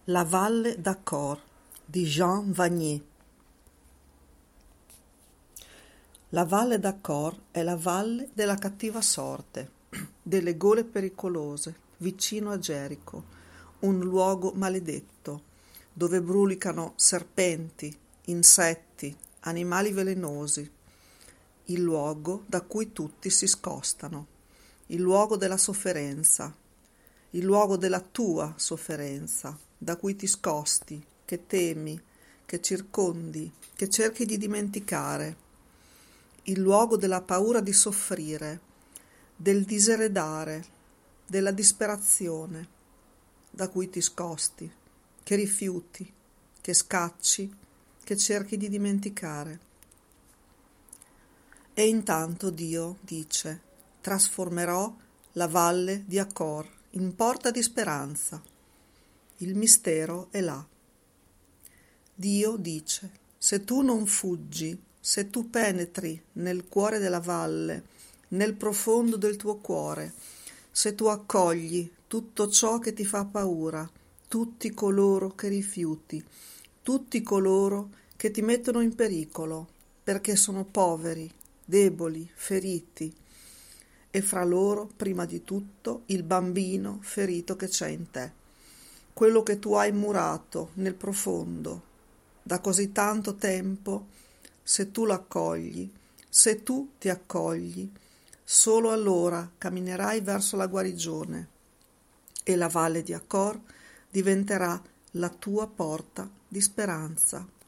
La Valle d'Accord di Jean Vanier. La Valle d'Accord è la valle della cattiva sorte, delle gole pericolose, vicino a Gerico, un luogo maledetto, dove brulicano serpenti, insetti, animali velenosi, il luogo da cui tutti si scostano, il luogo della sofferenza, il luogo della tua sofferenza, da cui ti scosti, che temi, che circondi, che cerchi di dimenticare, il luogo della paura di soffrire, del diseredare, della disperazione, da cui ti scosti, che rifiuti, che scacci, che cerchi di dimenticare. E intanto Dio dice: trasformerò la valle di Accord in porta di speranza. Il mistero è là. Dio dice: se tu non fuggi, se tu penetri nel cuore della valle, nel profondo del tuo cuore, se tu accogli tutto ciò che ti fa paura, tutti coloro che rifiuti, tutti coloro che ti mettono in pericolo, perché sono poveri, deboli, feriti, e fra loro, prima di tutto, il bambino ferito che c'è in te, quello che tu hai murato nel profondo da così tanto tempo. Se tu lo accogli, se tu ti accogli, solo allora camminerai verso la guarigione e la Valle di Accord diventerà la tua porta di speranza.